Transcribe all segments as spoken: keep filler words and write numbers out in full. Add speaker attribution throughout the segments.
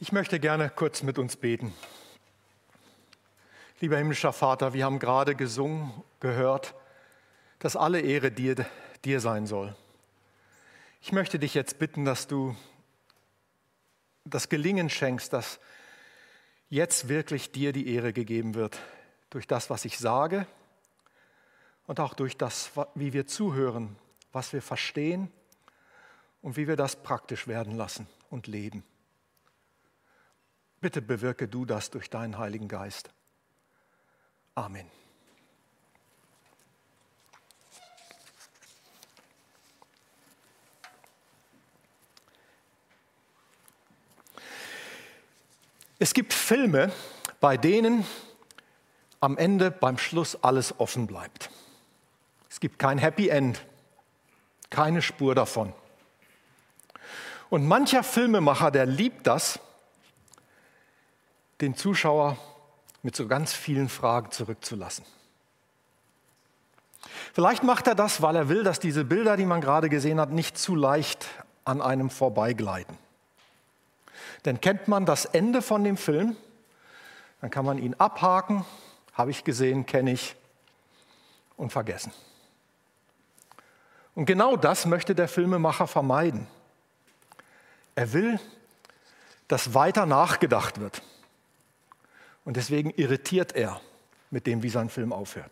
Speaker 1: Ich möchte gerne kurz mit uns beten. Lieber himmlischer Vater, wir haben gerade gesungen, gehört, dass alle Ehre dir, dir sein soll. Ich möchte dich jetzt bitten, dass du das Gelingen schenkst, dass jetzt wirklich dir die Ehre gegeben wird, durch das, was ich sage und auch durch das, wie wir zuhören, was wir verstehen und wie wir das praktisch werden lassen und leben. Bitte bewirke du das durch deinen Heiligen Geist. Amen. Es gibt Filme, bei denen am Ende, beim Schluss alles offen bleibt. Es gibt kein Happy End, keine Spur davon. Und mancher Filmemacher, der liebt das, den Zuschauer mit so ganz vielen Fragen zurückzulassen. Vielleicht macht er das, weil er will, dass diese Bilder, die man gerade gesehen hat, nicht zu leicht an einem vorbeigleiten. Denn kennt man das Ende von dem Film, dann kann man ihn abhaken, habe ich gesehen, kenne ich und vergessen. Und genau das möchte der Filmemacher vermeiden. Er will, dass weiter nachgedacht wird. Und deswegen irritiert er mit dem, wie sein Film aufhört.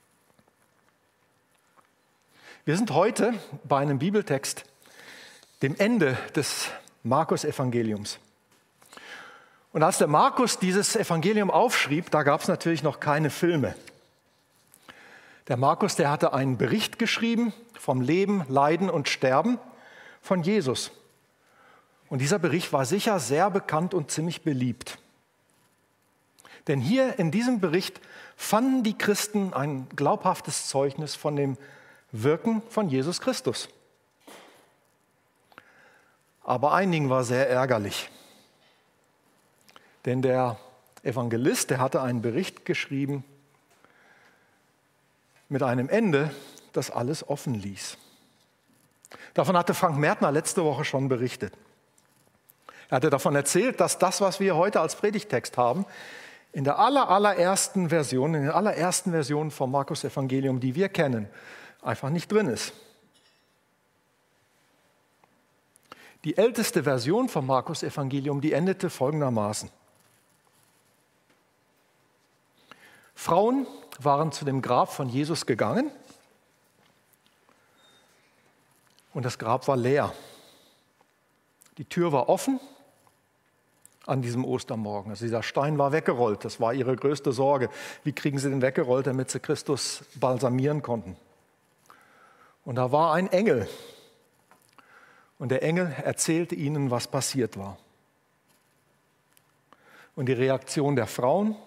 Speaker 1: Wir sind heute bei einem Bibeltext, dem Ende des Markus-Evangeliums. Und als der Markus dieses Evangelium aufschrieb, da gab es natürlich noch keine Filme. Der Markus, der hatte einen Bericht geschrieben vom Leben, Leiden und Sterben von Jesus. Und dieser Bericht war sicher sehr bekannt und ziemlich beliebt. Denn hier in diesem Bericht fanden die Christen ein glaubhaftes Zeugnis von dem Wirken von Jesus Christus. Aber einigen war sehr ärgerlich. Denn der Evangelist, der hatte einen Bericht geschrieben mit einem Ende, das alles offen ließ. Davon hatte Frank Märtner letzte Woche schon berichtet. Er hatte davon erzählt, dass das, was wir heute als Predigttext haben, in der aller, allerersten Version, in der allerersten Version vom Markus-Evangelium, die wir kennen, einfach nicht drin ist. Die älteste Version vom Markus-Evangelium, die endete folgendermaßen. Frauen waren zu dem Grab von Jesus gegangen und das Grab war leer. Die Tür war offen an diesem Ostermorgen. Also dieser Stein war weggerollt, das war ihre größte Sorge. Wie kriegen sie den weggerollt, damit sie Christus balsamieren konnten? Und da war ein Engel. Und der Engel erzählte ihnen, was passiert war. Und die Reaktion der Frauen: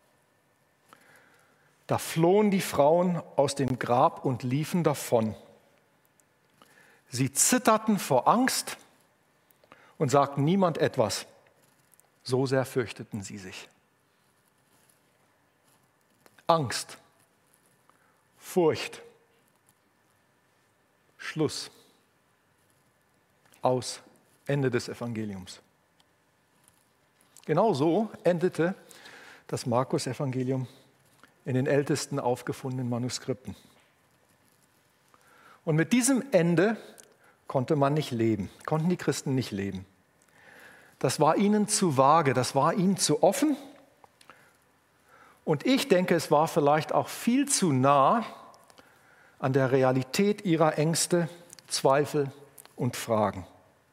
Speaker 1: Da flohen die Frauen aus dem Grab und liefen davon. Sie zitterten vor Angst und sagten niemand etwas. So sehr fürchteten sie sich. Angst, Furcht, Schluss. Aus, Ende des Evangeliums. Genau so endete das Markus-Evangelium in den ältesten aufgefundenen Manuskripten. Und mit diesem Ende konnte man nicht leben, konnten die Christen nicht leben. Das war ihnen zu vage, das war ihnen zu offen. Und ich denke, es war vielleicht auch viel zu nah an der Realität ihrer Ängste, Zweifel und Fragen.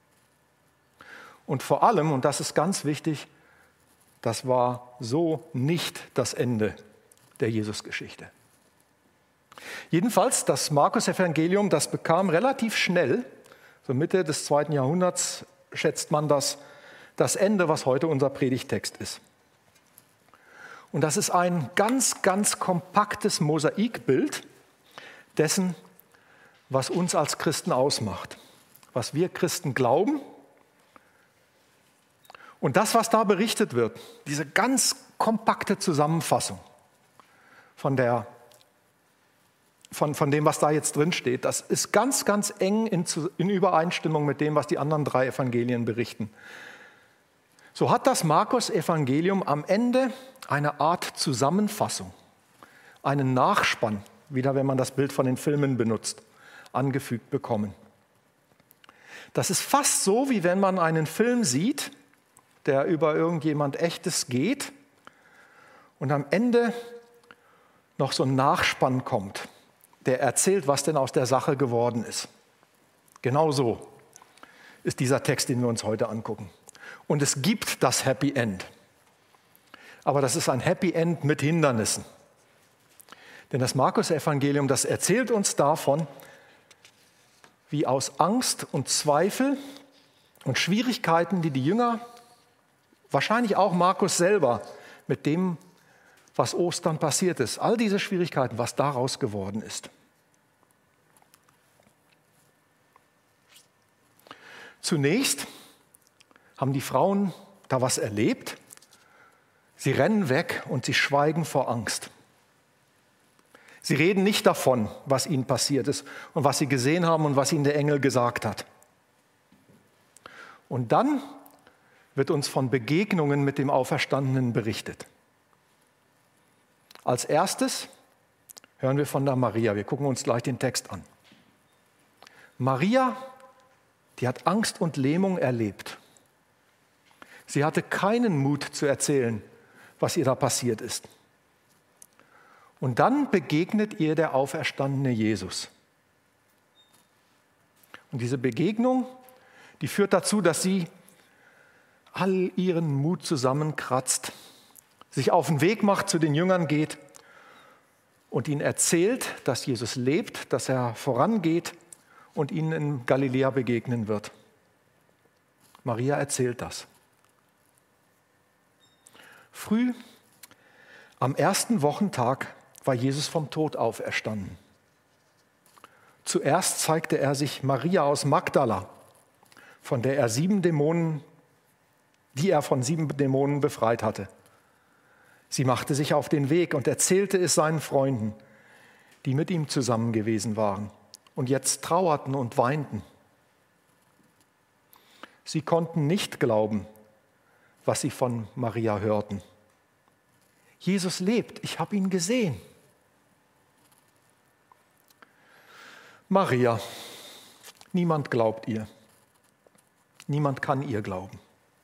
Speaker 1: Und vor allem, und das ist ganz wichtig, das war so nicht das Ende der Jesusgeschichte. Jedenfalls, das Markus-Evangelium, das bekam relativ schnell, so Mitte des zweiten Jahrhunderts schätzt man das, das Ende, was heute unser Predigttext ist. Und das ist ein ganz, ganz kompaktes Mosaikbild dessen, was uns als Christen ausmacht, was wir Christen glauben. Und das, was da berichtet wird, diese ganz kompakte Zusammenfassung von, der, von, von dem, was da jetzt drin steht, das ist ganz, ganz eng in, in Übereinstimmung mit dem, was die anderen drei Evangelien berichten. So hat das Markus-Evangelium am Ende eine Art Zusammenfassung, einen Nachspann, wieder wenn man das Bild von den Filmen benutzt, angefügt bekommen. Das ist fast so, wie wenn man einen Film sieht, der über irgendjemand Echtes geht und am Ende noch so ein Nachspann kommt, der erzählt, was denn aus der Sache geworden ist. Genau so ist dieser Text, den wir uns heute angucken. Und es gibt das Happy End. Aber das ist ein Happy End mit Hindernissen. Denn das Markus-Evangelium, das erzählt uns davon, wie aus Angst und Zweifel und Schwierigkeiten, die die Jünger, wahrscheinlich auch Markus selber, mit dem, was Ostern passiert ist, all diese Schwierigkeiten, was daraus geworden ist. Zunächst haben die Frauen da was erlebt. Sie rennen weg und sie schweigen vor Angst. Sie reden nicht davon, was ihnen passiert ist und was sie gesehen haben und was ihnen der Engel gesagt hat. Und dann wird uns von Begegnungen mit dem Auferstandenen berichtet. Als erstes hören wir von der Maria. Wir gucken uns gleich den Text an. Maria, die hat Angst und Lähmung erlebt. Sie hatte keinen Mut zu erzählen, was ihr da passiert ist. Und dann begegnet ihr der auferstandene Jesus. Und diese Begegnung, die führt dazu, dass sie all ihren Mut zusammenkratzt, sich auf den Weg macht, zu den Jüngern geht und ihnen erzählt, dass Jesus lebt, dass er vorangeht und ihnen in Galiläa begegnen wird. Maria erzählt das. Früh am ersten Wochentag war Jesus vom Tod auferstanden. Zuerst zeigte er sich Maria aus Magdala, von der er sieben Dämonen, die er von sieben Dämonen befreit hatte. Sie machte sich auf den Weg und erzählte es seinen Freunden, die mit ihm zusammen gewesen waren und jetzt trauerten und weinten. Sie konnten nicht glauben, was sie von Maria hörten. Jesus lebt, ich habe ihn gesehen. Maria, niemand glaubt ihr. Niemand kann ihr glauben.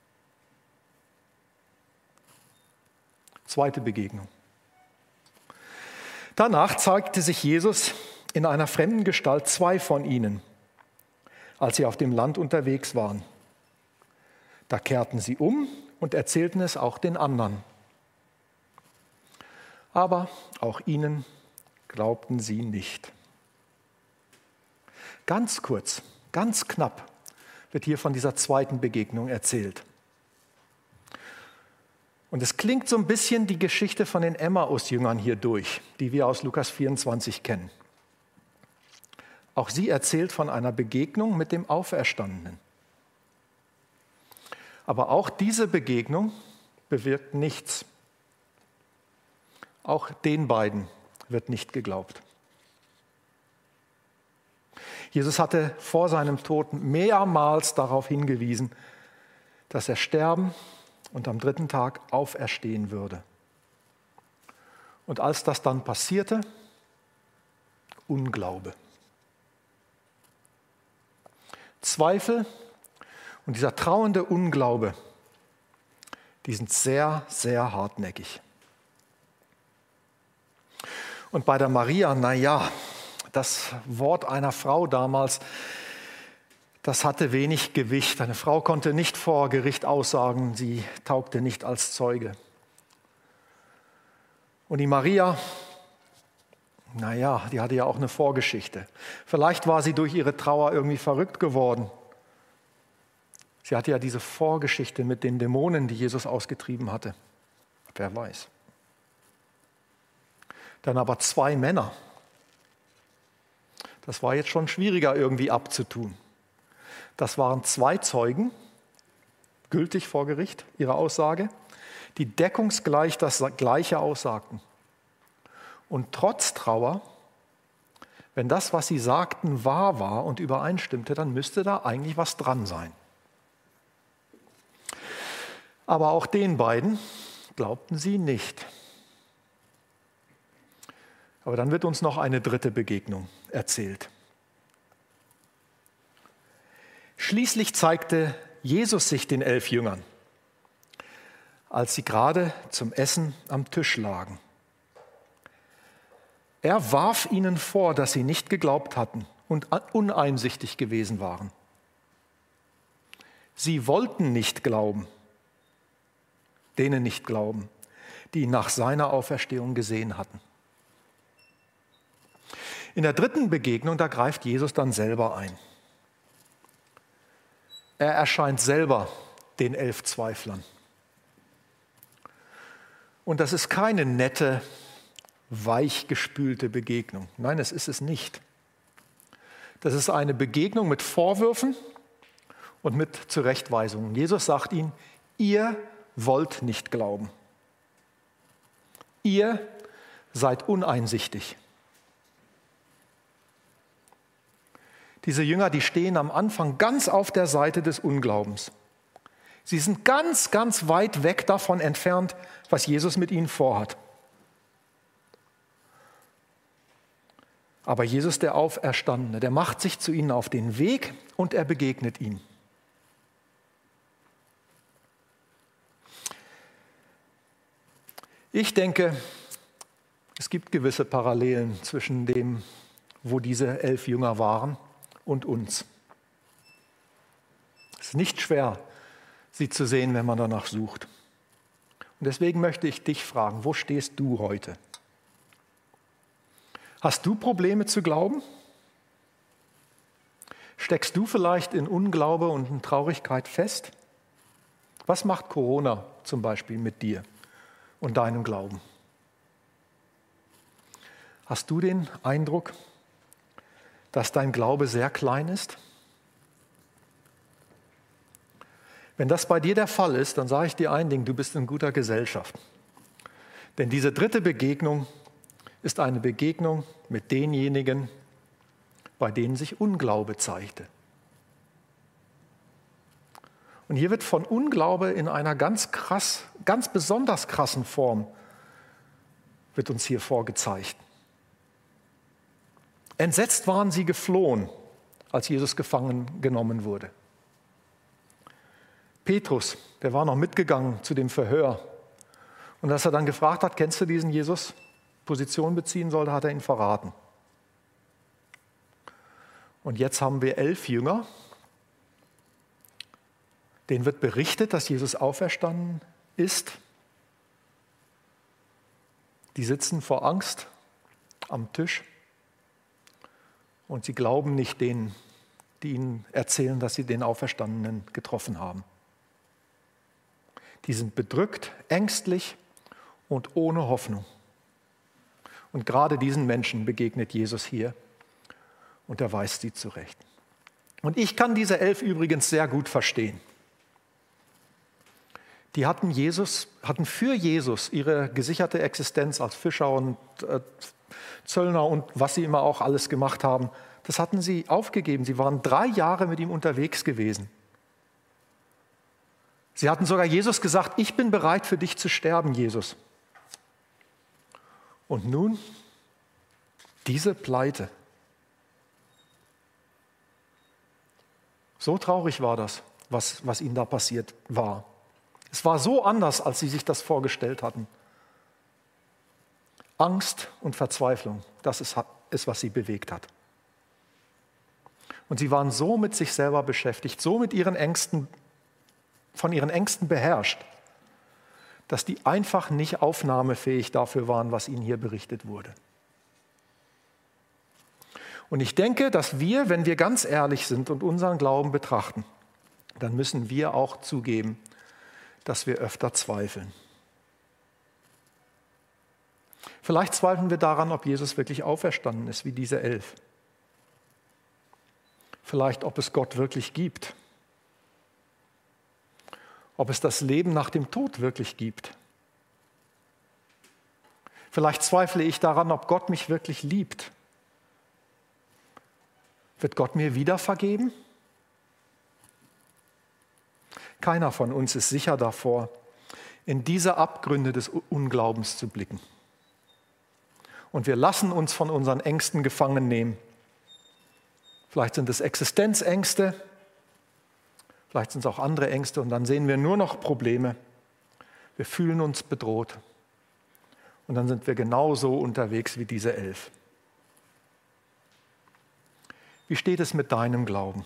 Speaker 1: Zweite Begegnung. Danach zeigte sich Jesus in einer fremden Gestalt zwei von ihnen, als sie auf dem Land unterwegs waren. Da kehrten sie um und erzählten es auch den anderen. Aber auch ihnen glaubten sie nicht. Ganz kurz, ganz knapp wird hier von dieser zweiten Begegnung erzählt. Und es klingt so ein bisschen die Geschichte von den Emmaus-Jüngern hier durch, die wir aus Lukas vierundzwanzig kennen. Auch sie erzählt von einer Begegnung mit dem Auferstandenen. Aber auch diese Begegnung bewirkt nichts. Auch den beiden wird nicht geglaubt. Jesus hatte vor seinem Tod mehrmals darauf hingewiesen, dass er sterben und am dritten Tag auferstehen würde. Und als das dann passierte, Unglaube. Zweifel und dieser trauernde Unglaube, die sind sehr, sehr hartnäckig. Und bei der Maria, naja, das Wort einer Frau damals, das hatte wenig Gewicht. Eine Frau konnte nicht vor Gericht aussagen, sie taugte nicht als Zeuge. Und die Maria, naja, die hatte ja auch eine Vorgeschichte. Vielleicht war sie durch ihre Trauer irgendwie verrückt geworden. Sie hatte ja diese Vorgeschichte mit den Dämonen, die Jesus ausgetrieben hatte. Wer weiß. Dann aber zwei Männer. Das war jetzt schon schwieriger irgendwie abzutun. Das waren zwei Zeugen, gültig vor Gericht, ihre Aussage, die deckungsgleich das Gleiche aussagten. Und trotz Trauer, wenn das, was sie sagten, wahr war und übereinstimmte, dann müsste da eigentlich was dran sein. Aber auch den beiden glaubten sie nicht. Aber dann wird uns noch eine dritte Begegnung erzählt. Schließlich zeigte Jesus sich den elf Jüngern, als sie gerade zum Essen am Tisch lagen. Er warf ihnen vor, dass sie nicht geglaubt hatten und uneinsichtig gewesen waren. Sie wollten nicht glauben, denen nicht glauben, die ihn nach seiner Auferstehung gesehen hatten. In der dritten Begegnung, da greift Jesus dann selber ein. Er erscheint selber den elf Zweiflern. Und das ist keine nette, weichgespülte Begegnung. Nein, es ist es nicht. Das ist eine Begegnung mit Vorwürfen und mit Zurechtweisungen. Jesus sagt ihnen, ihr wollt nicht glauben. Ihr seid uneinsichtig. Diese Jünger, die stehen am Anfang ganz auf der Seite des Unglaubens. Sie sind ganz, ganz weit weg davon entfernt, was Jesus mit ihnen vorhat. Aber Jesus, der Auferstandene, der macht sich zu ihnen auf den Weg und er begegnet ihnen. Ich denke, es gibt gewisse Parallelen zwischen dem, wo diese elf Jünger waren, und uns. Es ist nicht schwer, sie zu sehen, wenn man danach sucht. Und deswegen möchte ich dich fragen, wo stehst du heute? Hast du Probleme zu glauben? Steckst du vielleicht in Unglaube und in Traurigkeit fest? Was macht Corona zum Beispiel mit dir und deinem Glauben? Hast du den Eindruck, dass dein Glaube sehr klein ist? Wenn das bei dir der Fall ist, dann sage ich dir ein Ding, du bist in guter Gesellschaft. Denn diese dritte Begegnung ist eine Begegnung mit denjenigen, bei denen sich Unglaube zeigte. Und hier wird von Unglaube in einer ganz krass, ganz besonders krassen Form wird uns hier vorgezeigt. Entsetzt waren sie geflohen, als Jesus gefangen genommen wurde. Petrus, der war noch mitgegangen zu dem Verhör. Und als er dann gefragt hat, kennst du diesen Jesus, Position beziehen sollte, hat er ihn verraten. Und jetzt haben wir elf Jünger, denen wird berichtet, dass Jesus auferstanden ist. Die sitzen vor Angst am Tisch. Und sie glauben nicht denen, die ihnen erzählen, dass sie den Auferstandenen getroffen haben. Die sind bedrückt, ängstlich und ohne Hoffnung. Und gerade diesen Menschen begegnet Jesus hier und er weist sie zurecht. Und ich kann diese elf übrigens sehr gut verstehen. Die hatten, Jesus, hatten für Jesus ihre gesicherte Existenz als Fischer und äh, Zöllner und was sie immer auch alles gemacht haben, das hatten sie aufgegeben. Sie waren drei Jahre mit ihm unterwegs gewesen. Sie hatten sogar Jesus gesagt, ich bin bereit für dich zu sterben, Jesus. Und nun diese Pleite. So traurig war das, was, was ihnen da passiert war. Es war so anders, als sie sich das vorgestellt hatten. Angst und Verzweiflung, das ist, ist, was sie bewegt hat. Und sie waren so mit sich selber beschäftigt, so mit ihren Ängsten, von ihren Ängsten beherrscht, dass die einfach nicht aufnahmefähig dafür waren, was ihnen hier berichtet wurde. Und ich denke, dass wir, wenn wir ganz ehrlich sind und unseren Glauben betrachten, dann müssen wir auch zugeben, dass wir öfter zweifeln. Vielleicht zweifeln wir daran, ob Jesus wirklich auferstanden ist, wie diese elf. Vielleicht, ob es Gott wirklich gibt. Ob es das Leben nach dem Tod wirklich gibt. Vielleicht zweifle ich daran, ob Gott mich wirklich liebt. Wird Gott mir wieder vergeben? Keiner von uns ist sicher davor, in diese Abgründe des Unglaubens zu blicken. Und wir lassen uns von unseren Ängsten gefangen nehmen. Vielleicht sind es Existenzängste, vielleicht sind es auch andere Ängste und dann sehen wir nur noch Probleme. Wir fühlen uns bedroht und dann sind wir genauso unterwegs wie diese elf. Wie steht es mit deinem Glauben?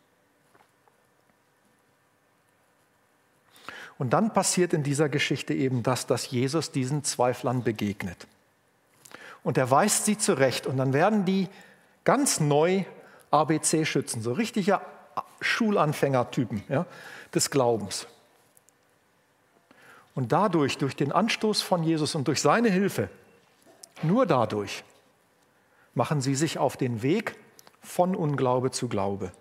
Speaker 1: Und dann passiert in dieser Geschichte eben das, dass Jesus diesen Zweiflern begegnet. Und er weist sie zurecht und dann werden die ganz neu A B C-Schützen, so richtige Schulanfängertypen, ja, des Glaubens. Und dadurch, durch den Anstoß von Jesus und durch seine Hilfe, nur dadurch, machen sie sich auf den Weg von Unglaube zu Glaube.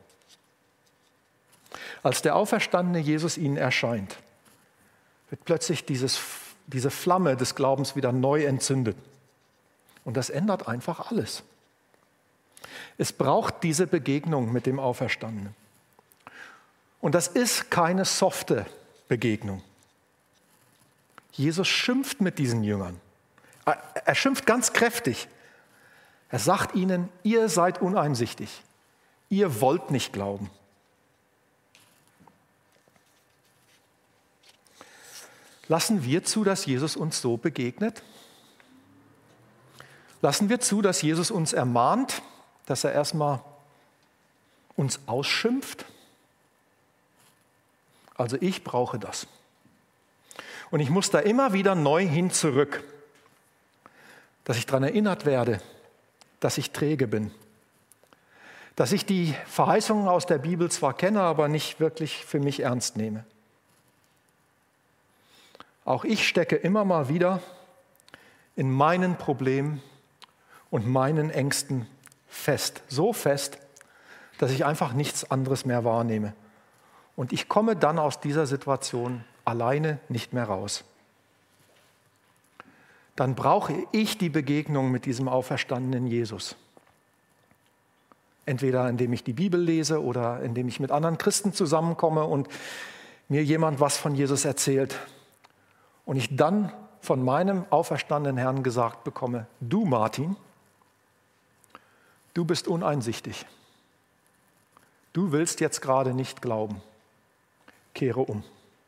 Speaker 1: Als der auferstandene Jesus ihnen erscheint, wird plötzlich dieses, diese Flamme des Glaubens wieder neu entzündet. Und das ändert einfach alles. Es braucht diese Begegnung mit dem Auferstandenen. Und das ist keine softe Begegnung. Jesus schimpft mit diesen Jüngern. Er schimpft ganz kräftig. Er sagt ihnen, ihr seid uneinsichtig. Ihr wollt nicht glauben. Lassen wir zu, dass Jesus uns so begegnet? Lassen wir zu, dass Jesus uns ermahnt, dass er erstmal uns ausschimpft? Also ich brauche das. Und ich muss da immer wieder neu hin zurück, dass ich daran erinnert werde, dass ich träge bin. Dass ich die Verheißungen aus der Bibel zwar kenne, aber nicht wirklich für mich ernst nehme. Auch ich stecke immer mal wieder in meinen Problemen und meinen Ängsten fest. So fest, dass ich einfach nichts anderes mehr wahrnehme. Und ich komme dann aus dieser Situation alleine nicht mehr raus. Dann brauche ich die Begegnung mit diesem auferstandenen Jesus. Entweder indem ich die Bibel lese oder indem ich mit anderen Christen zusammenkomme und mir jemand was von Jesus erzählt. Und ich dann von meinem auferstandenen Herrn gesagt bekomme, du Martin, du bist uneinsichtig. Du willst jetzt gerade nicht glauben. Kehre um.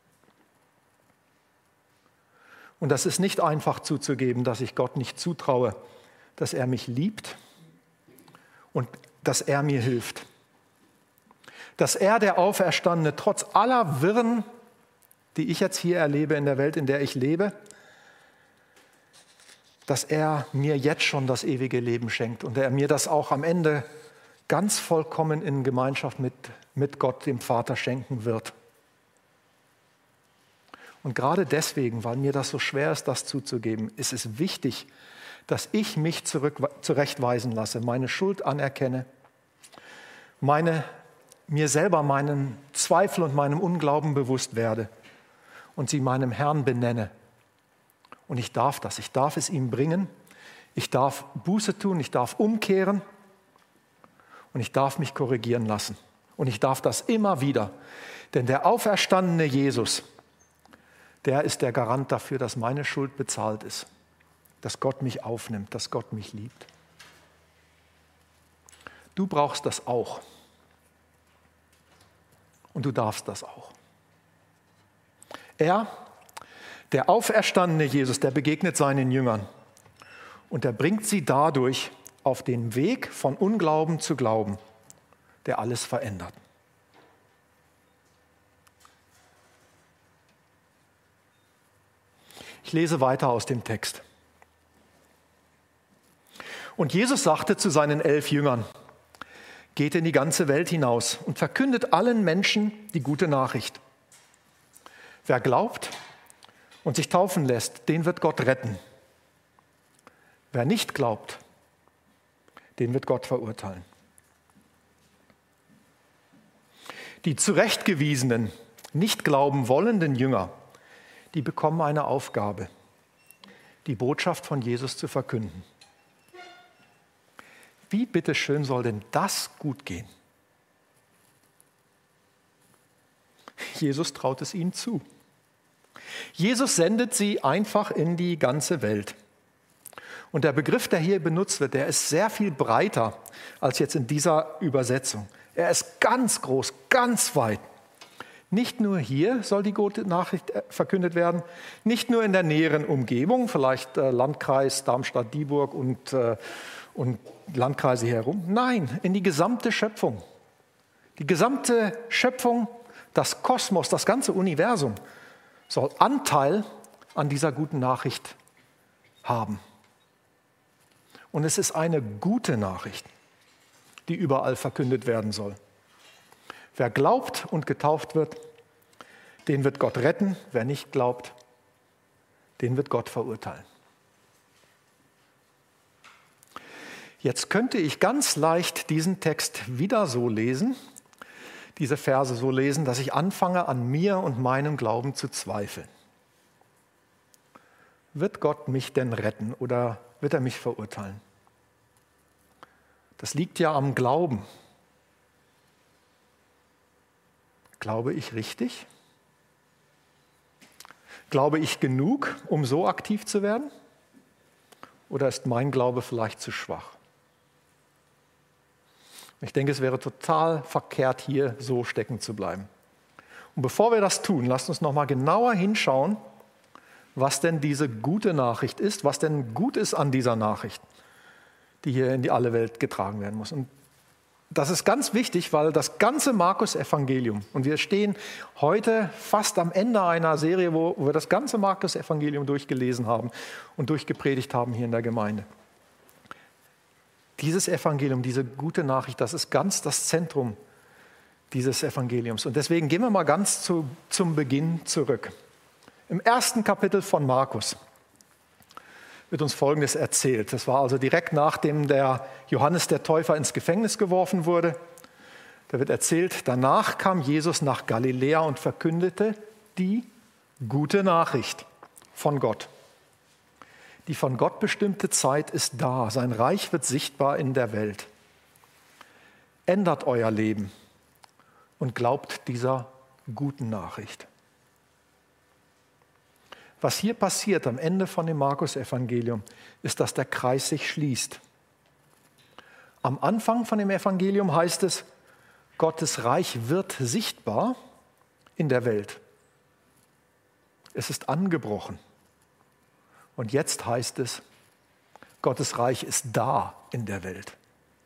Speaker 1: Und das ist nicht einfach zuzugeben, dass ich Gott nicht zutraue, dass er mich liebt und dass er mir hilft. Dass er, der Auferstandene, trotz aller Wirren, die ich jetzt hier erlebe in der Welt, in der ich lebe, dass er mir jetzt schon das ewige Leben schenkt und er mir das auch am Ende ganz vollkommen in Gemeinschaft mit, mit Gott, dem Vater, schenken wird. Und gerade deswegen, weil mir das so schwer ist, das zuzugeben, ist es wichtig, dass ich mich zurück, zurechtweisen lasse, meine Schuld anerkenne, meine, mir selber meinen Zweifel und meinem Unglauben bewusst werde und sie meinem Herrn benenne. Und ich darf das, ich darf es ihm bringen, ich darf Buße tun, ich darf umkehren und ich darf mich korrigieren lassen. Und ich darf das immer wieder, denn der auferstandene Jesus, der ist der Garant dafür, dass meine Schuld bezahlt ist, dass Gott mich aufnimmt, dass Gott mich liebt. Du brauchst das auch. Und du darfst das auch. Er, der auferstandene Jesus, der begegnet seinen Jüngern und er bringt sie dadurch auf den Weg von Unglauben zu Glauben, der alles verändert. Ich lese weiter aus dem Text. Und Jesus sagte zu seinen elf Jüngern, geht in die ganze Welt hinaus und verkündet allen Menschen die gute Nachricht. Wer glaubt und sich taufen lässt, den wird Gott retten. Wer nicht glaubt, den wird Gott verurteilen. Die zurechtgewiesenen, nicht glauben wollenden Jünger, die bekommen eine Aufgabe, die Botschaft von Jesus zu verkünden. Wie bitteschön soll denn das gut gehen? Jesus traut es ihnen zu. Jesus sendet sie einfach in die ganze Welt. Und der Begriff, der hier benutzt wird, der ist sehr viel breiter als jetzt in dieser Übersetzung. Er ist ganz groß, ganz weit. Nicht nur hier soll die gute Nachricht verkündet werden, nicht nur in der näheren Umgebung, vielleicht äh, Landkreis Darmstadt-Dieburg und, äh, und Landkreise hier herum. Nein, in die gesamte Schöpfung. Die gesamte Schöpfung, das Kosmos, das ganze Universum soll Anteil an dieser guten Nachricht haben. Und es ist eine gute Nachricht, die überall verkündet werden soll. Wer glaubt und getauft wird, den wird Gott retten. Wer nicht glaubt, den wird Gott verurteilen. Jetzt könnte ich ganz leicht diesen Text wieder so lesen, diese Verse so lesen, dass ich anfange, an mir und meinem Glauben zu zweifeln. Wird Gott mich denn retten oder wird er mich verurteilen? Das liegt ja am Glauben. Glaube ich richtig? Glaube ich genug, um so aktiv zu werden? Oder ist mein Glaube vielleicht zu schwach? Ich denke, es wäre total verkehrt, hier so stecken zu bleiben. Und bevor wir das tun, lasst uns noch mal genauer hinschauen, was denn diese gute Nachricht ist, was denn gut ist an dieser Nachricht, die hier in die alle Welt getragen werden muss. Und das ist ganz wichtig, weil das ganze Markus-Evangelium, und wir stehen heute fast am Ende einer Serie, wo wir das ganze Markus-Evangelium durchgelesen haben und durchgepredigt haben hier in der Gemeinde. Dieses Evangelium, diese gute Nachricht, das ist ganz das Zentrum dieses Evangeliums. Und deswegen gehen wir mal ganz zu, zum Beginn zurück. Im ersten Kapitel von Markus wird uns Folgendes erzählt. Das war also direkt nachdem der Johannes der Täufer ins Gefängnis geworfen wurde. Da wird erzählt, danach kam Jesus nach Galiläa und verkündete die gute Nachricht von Gott. Die von Gott bestimmte Zeit ist da. Sein Reich wird sichtbar in der Welt. Ändert euer Leben und glaubt dieser guten Nachricht. Was hier passiert am Ende von dem Markus-Evangelium, ist, dass der Kreis sich schließt. Am Anfang von dem Evangelium heißt es, Gottes Reich wird sichtbar in der Welt. Es ist angebrochen. Und jetzt heißt es, Gottes Reich ist da in der Welt.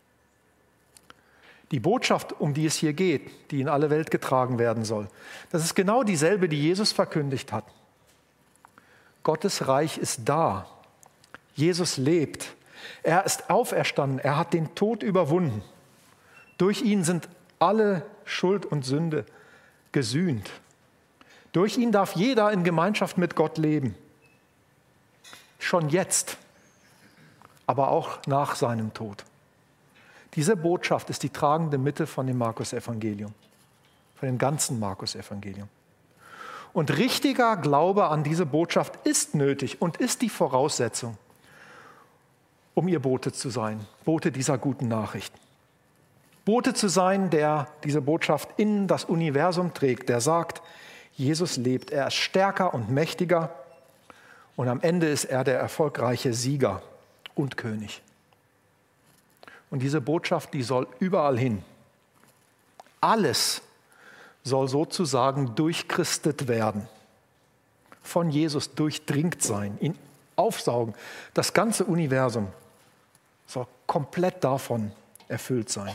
Speaker 1: Die Botschaft, um die es hier geht, die in alle Welt getragen werden soll, das ist genau dieselbe, die Jesus verkündigt hat. Gottes Reich ist da. Jesus lebt. Er ist auferstanden. Er hat den Tod überwunden. Durch ihn sind alle Schuld und Sünde gesühnt. Durch ihn darf jeder in Gemeinschaft mit Gott leben. Schon jetzt, aber auch nach seinem Tod. Diese Botschaft ist die tragende Mitte von dem Markus-Evangelium, von dem ganzen Markus-Evangelium. Und richtiger Glaube an diese Botschaft ist nötig und ist die Voraussetzung, um ihr Bote zu sein, Bote dieser guten Nachricht. Bote zu sein, der diese Botschaft in das Universum trägt, der sagt, Jesus lebt, er ist stärker und mächtiger und am Ende ist er der erfolgreiche Sieger und König. Und diese Botschaft, die soll überall hin. Alles soll sozusagen durchchristet werden, von Jesus durchdringt sein, ihn aufsaugen. Das ganze Universum soll komplett davon erfüllt sein.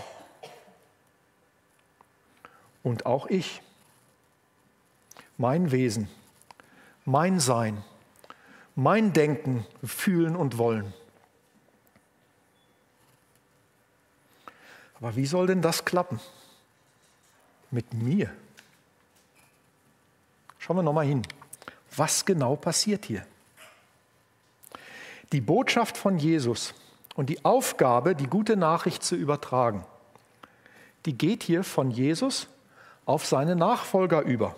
Speaker 1: Und auch ich, mein Wesen, mein Sein, mein Denken, Fühlen und Wollen. Aber wie soll denn das klappen? Mit mir? Schauen wir nochmal hin. Was genau passiert hier? Die Botschaft von Jesus und die Aufgabe, die gute Nachricht zu übertragen, die geht hier von Jesus auf seine Nachfolger über.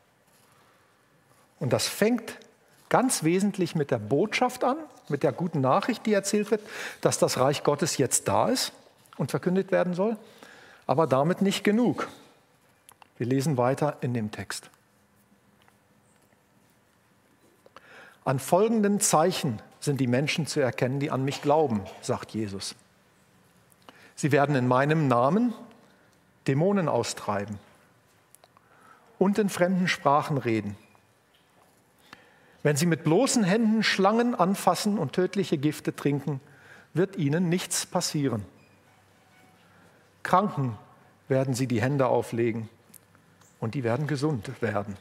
Speaker 1: Und das fängt ganz wesentlich mit der Botschaft an, mit der guten Nachricht, die erzählt wird, dass das Reich Gottes jetzt da ist und verkündet werden soll, aber damit nicht genug. Wir lesen weiter in dem Text. An folgenden Zeichen sind die Menschen zu erkennen, die an mich glauben, sagt Jesus. Sie werden in meinem Namen Dämonen austreiben und in fremden Sprachen reden. Wenn sie mit bloßen Händen Schlangen anfassen und tödliche Gifte trinken, wird ihnen nichts passieren. Kranken werden sie die Hände auflegen und die werden gesund werden.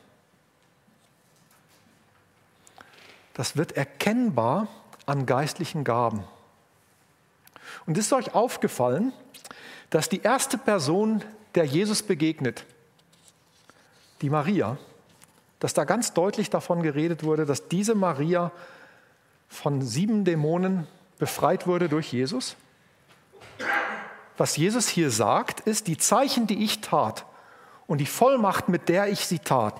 Speaker 1: Das wird erkennbar an geistlichen Gaben. Und ist euch aufgefallen, dass die erste Person, der Jesus begegnet, die Maria, dass da ganz deutlich davon geredet wurde, dass diese Maria von sieben Dämonen befreit wurde durch Jesus? Was Jesus hier sagt, ist, die Zeichen, die ich tat und die Vollmacht, mit der ich sie tat,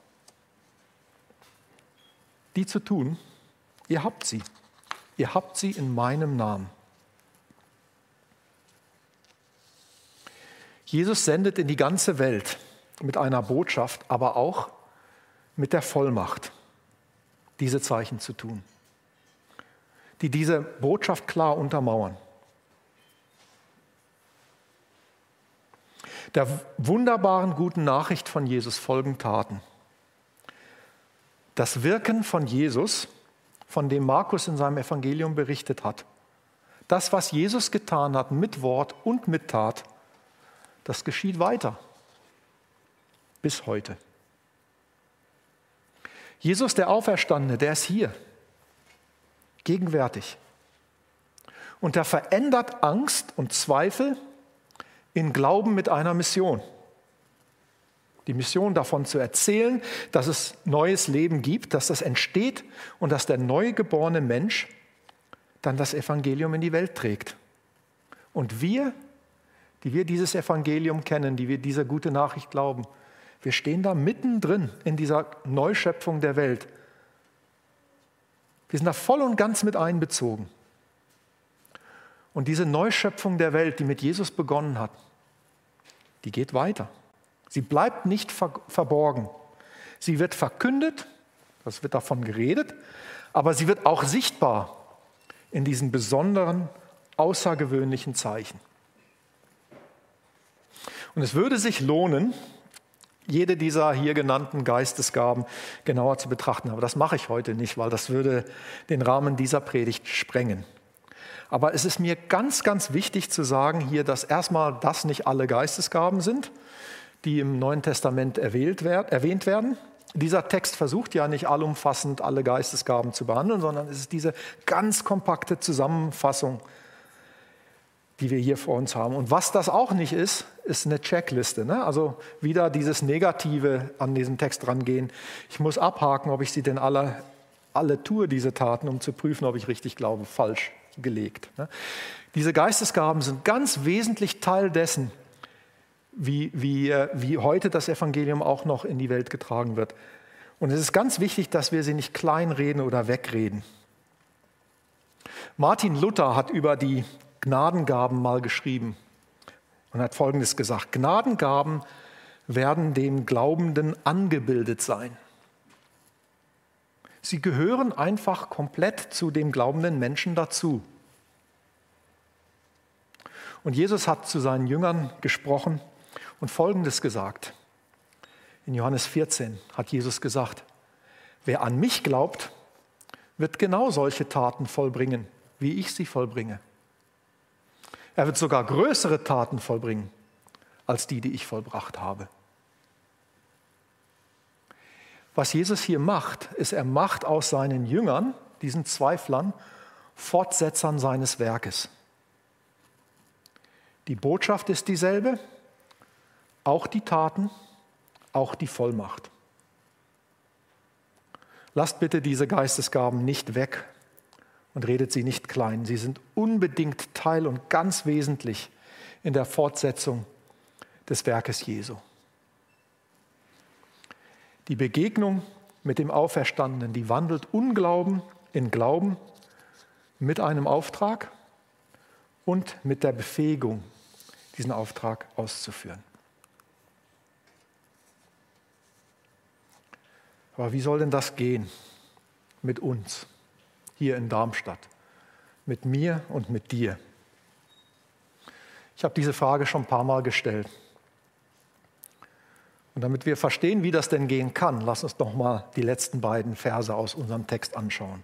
Speaker 1: die zu tun, ihr habt sie. Ihr habt sie in meinem Namen. Jesus sendet in die ganze Welt mit einer Botschaft, aber auch mit der Vollmacht, diese Zeichen zu tun, die diese Botschaft klar untermauern. Der wunderbaren guten Nachricht von Jesus folgen Taten. Das Wirken von Jesus, von dem Markus in seinem Evangelium berichtet hat, das, was Jesus getan hat mit Wort und mit Tat, das geschieht weiter bis heute. Jesus, der Auferstandene, der ist hier, gegenwärtig. Und er verändert Angst und Zweifel in Glauben mit einer Mission. Die Mission davon zu erzählen, dass es neues Leben gibt, dass das entsteht und dass der neugeborene Mensch dann das Evangelium in die Welt trägt. Und wir, die wir dieses Evangelium kennen, die wir dieser gute Nachricht glauben, wir stehen da mittendrin in dieser Neuschöpfung der Welt. Wir sind da voll und ganz mit einbezogen. Und diese Neuschöpfung der Welt, die mit Jesus begonnen hat, die geht weiter. Sie bleibt nicht ver- verborgen. Sie wird verkündet, das wird davon geredet, aber sie wird auch sichtbar in diesen besonderen, außergewöhnlichen Zeichen. Und es würde sich lohnen, jede dieser hier genannten Geistesgaben genauer zu betrachten. Aber das mache ich heute nicht, weil das würde den Rahmen dieser Predigt sprengen. Aber es ist mir ganz, ganz wichtig zu sagen hier, dass erstmal das nicht alle Geistesgaben sind, die im Neuen Testament erwähnt werden. Dieser Text versucht ja nicht allumfassend alle Geistesgaben zu behandeln, sondern es ist diese ganz kompakte Zusammenfassung, die wir hier vor uns haben. Und was das auch nicht ist, ist eine Checkliste. Ne? Also wieder dieses Negative an diesen Text rangehen. Ich muss abhaken, ob ich sie denn alle, alle tue, diese Taten, um zu prüfen, ob ich richtig glaube, falsch gelegt. Ne? Diese Geistesgaben sind ganz wesentlich Teil dessen, wie, wie, wie heute das Evangelium auch noch in die Welt getragen wird. Und es ist ganz wichtig, dass wir sie nicht kleinreden oder wegreden. Martin Luther hat über die Gnadengaben mal geschrieben und hat Folgendes gesagt: Gnadengaben werden dem Glaubenden angebildet sein. Sie gehören einfach komplett zu dem glaubenden Menschen dazu. Und Jesus hat zu seinen Jüngern gesprochen und Folgendes gesagt. In Johannes vierzehn hat Jesus gesagt: Wer an mich glaubt, wird genau solche Taten vollbringen, wie ich sie vollbringe. Er wird sogar größere Taten vollbringen, als die, die ich vollbracht habe. Was Jesus hier macht, ist, er macht aus seinen Jüngern, diesen Zweiflern, Fortsetzern seines Werkes. Die Botschaft ist dieselbe, auch die Taten, auch die Vollmacht. Lasst bitte diese Geistesgaben nicht weg und redet sie nicht klein. Sie sind unbedingt Teil und ganz wesentlich in der Fortsetzung des Werkes Jesu. Die Begegnung mit dem Auferstandenen, die wandelt Unglauben in Glauben mit einem Auftrag und mit der Befähigung, diesen Auftrag auszuführen. Aber wie soll denn das gehen mit uns hier in Darmstadt, mit mir und mit dir? Ich habe diese Frage schon ein paar Mal gestellt. Und damit wir verstehen, wie das denn gehen kann, lass uns doch mal die letzten beiden Verse aus unserem Text anschauen.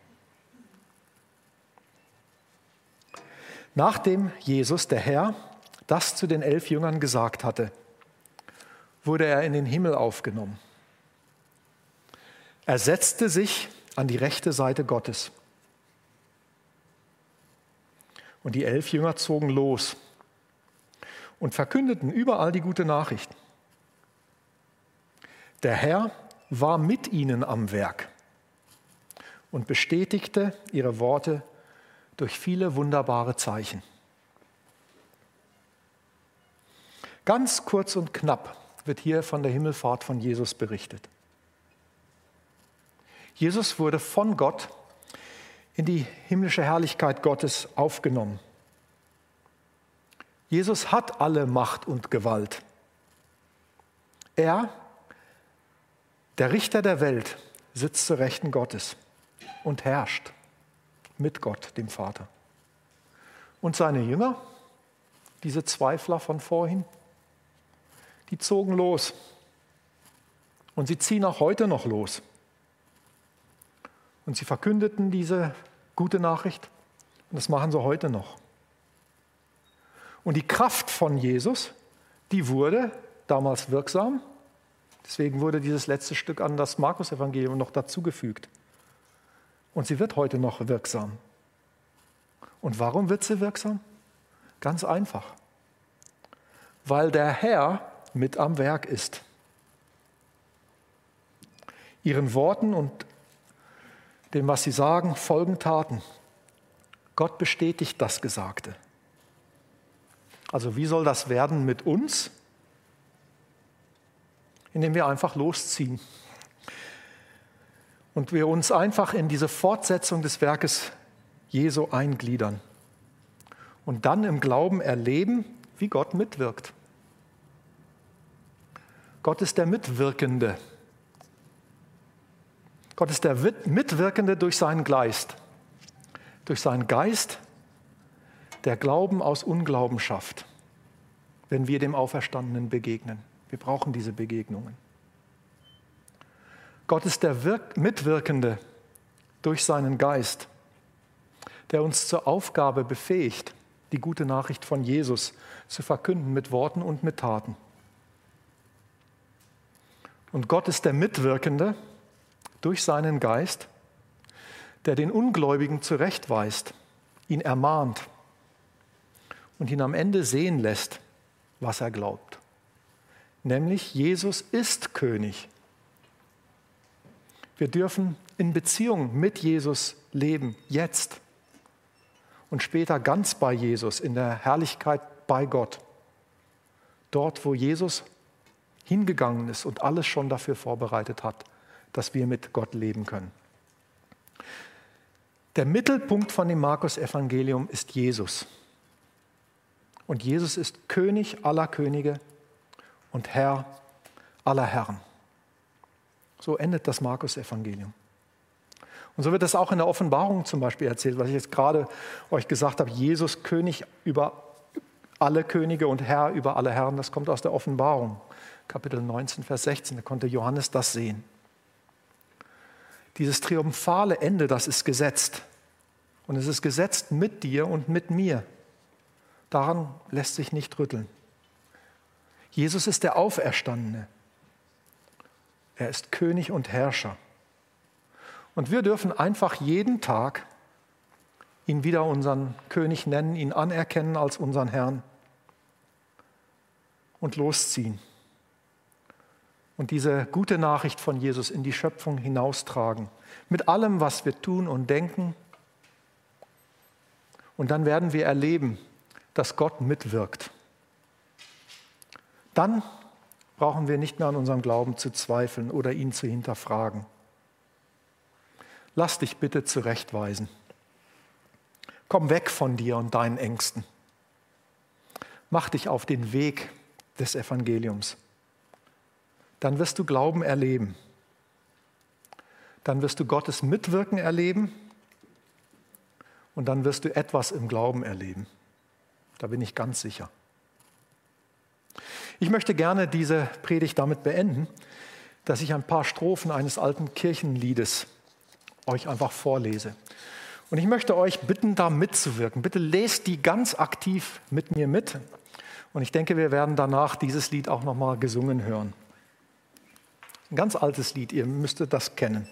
Speaker 1: Nachdem Jesus, der Herr, das zu den elf Jüngern gesagt hatte, wurde er in den Himmel aufgenommen. Er setzte sich an die rechte Seite Gottes. Und die elf Jünger zogen los und verkündeten überall die gute Nachricht. Der Herr war mit ihnen am Werk und bestätigte ihre Worte durch viele wunderbare Zeichen. Ganz kurz und knapp wird hier von der Himmelfahrt von Jesus berichtet. Jesus wurde von Gott in die himmlische Herrlichkeit Gottes aufgenommen. Jesus hat alle Macht und Gewalt. Er, der Richter der Welt, sitzt zur Rechten Gottes und herrscht mit Gott, dem Vater. Und seine Jünger, diese Zweifler von vorhin, die zogen los. Und sie ziehen auch heute noch los. Und sie verkündeten diese gute Nachricht. Und das machen sie heute noch. Und die Kraft von Jesus, die wurde damals wirksam. Deswegen wurde dieses letzte Stück an das Markus-Evangelium noch dazugefügt. Und sie wird heute noch wirksam. Und warum wird sie wirksam? Ganz einfach. Weil der Herr mit am Werk ist. Ihren Worten und dem, was sie sagen, folgen Taten. Gott bestätigt das Gesagte. Also wie soll das werden mit uns? Indem wir einfach losziehen und wir uns einfach in diese Fortsetzung des Werkes Jesu eingliedern und dann im Glauben erleben, wie Gott mitwirkt. Gott ist der Mitwirkende. Gott ist der Mitwirkende durch seinen Geist. Durch seinen Geist, der Glauben aus Unglauben schafft, wenn wir dem Auferstandenen begegnen. Wir brauchen diese Begegnungen. Gott ist der Wirk- Mitwirkende durch seinen Geist, der uns zur Aufgabe befähigt, die gute Nachricht von Jesus zu verkünden mit Worten und mit Taten. Und Gott ist der Mitwirkende durch seinen Geist, der den Ungläubigen zurechtweist, ihn ermahnt und ihn am Ende sehen lässt, was er glaubt. Nämlich, Jesus ist König. Wir dürfen in Beziehung mit Jesus leben, jetzt und später ganz bei Jesus, in der Herrlichkeit bei Gott. Dort, wo Jesus hingegangen ist und alles schon dafür vorbereitet hat, dass wir mit Gott leben können. Der Mittelpunkt von dem Markus-Evangelium ist Jesus. Und Jesus ist König aller Könige und Herr aller Herren. So endet das Markus-Evangelium. Und so wird das auch in der Offenbarung zum Beispiel erzählt, was ich jetzt gerade euch gesagt habe. Jesus König über alle Könige und Herr über alle Herren. Das kommt aus der Offenbarung, Kapitel neunzehn, Vers sechzehn. Da konnte Johannes das sehen. Dieses triumphale Ende, das ist gesetzt. Und es ist gesetzt mit dir und mit mir. Daran lässt sich nicht rütteln. Jesus ist der Auferstandene. Er ist König und Herrscher. Und wir dürfen einfach jeden Tag ihn wieder unseren König nennen, ihn anerkennen als unseren Herrn und losziehen. Und diese gute Nachricht von Jesus in die Schöpfung hinaustragen. Mit allem, was wir tun und denken. Und dann werden wir erleben, dass Gott mitwirkt. Dann brauchen wir nicht mehr an unserem Glauben zu zweifeln oder ihn zu hinterfragen. Lass dich bitte zurechtweisen. Komm weg von dir und deinen Ängsten. Mach dich auf den Weg des Evangeliums. Dann wirst du Glauben erleben. dann wirst du Gottes Mitwirken erleben und dann wirst du etwas im Glauben erleben. Da bin ich ganz sicher. Ich möchte gerne diese Predigt damit beenden, dass ich ein paar Strophen eines alten Kirchenliedes euch einfach vorlese. Und ich möchte euch bitten, da mitzuwirken. Bitte lest die ganz aktiv mit mir mit. Und ich denke, wir werden danach dieses Lied auch nochmal gesungen hören. Ein ganz altes Lied, ihr müsstet das kennen.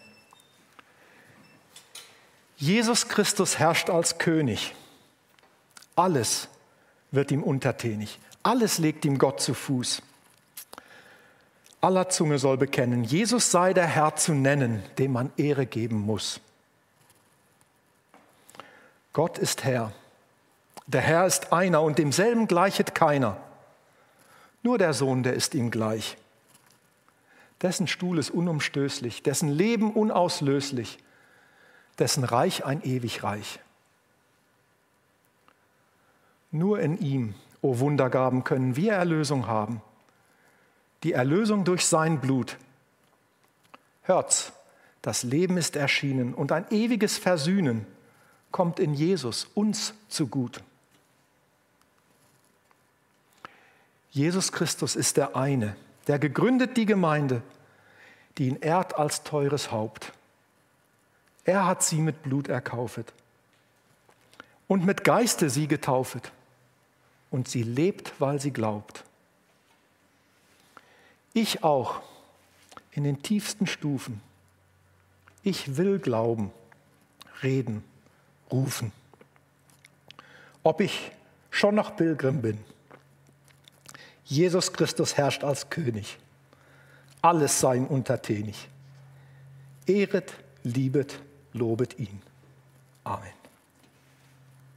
Speaker 1: Jesus Christus herrscht als König. Alles wird ihm untertänig. Alles legt ihm Gott zu Fuß. Aller Zunge soll bekennen, Jesus sei der Herr zu nennen, dem man Ehre geben muss. Gott ist Herr. Der Herr ist einer und demselben gleichet keiner. Nur der Sohn, der ist ihm gleich. Dessen Stuhl ist unumstößlich, dessen Leben unauslöslich, dessen Reich ein ewig Reich. Nur in ihm, o Wundergaben, können wir Erlösung haben. Die Erlösung durch sein Blut. Hört's, das Leben ist erschienen und ein ewiges Versöhnen kommt in Jesus uns zugut. Jesus Christus ist der eine, der gegründet die Gemeinde, die ihn ehrt als teures Haupt. Er hat sie mit Blut erkaufet und mit Geiste sie getaufet und sie lebt, weil sie glaubt. Ich auch in den tiefsten Stufen. Ich will glauben, reden, rufen. Ob ich schon noch Pilgrim bin. Jesus Christus herrscht als König. Alles sei ihm untertänig. Ehret, liebet, lobet ihn. Amen.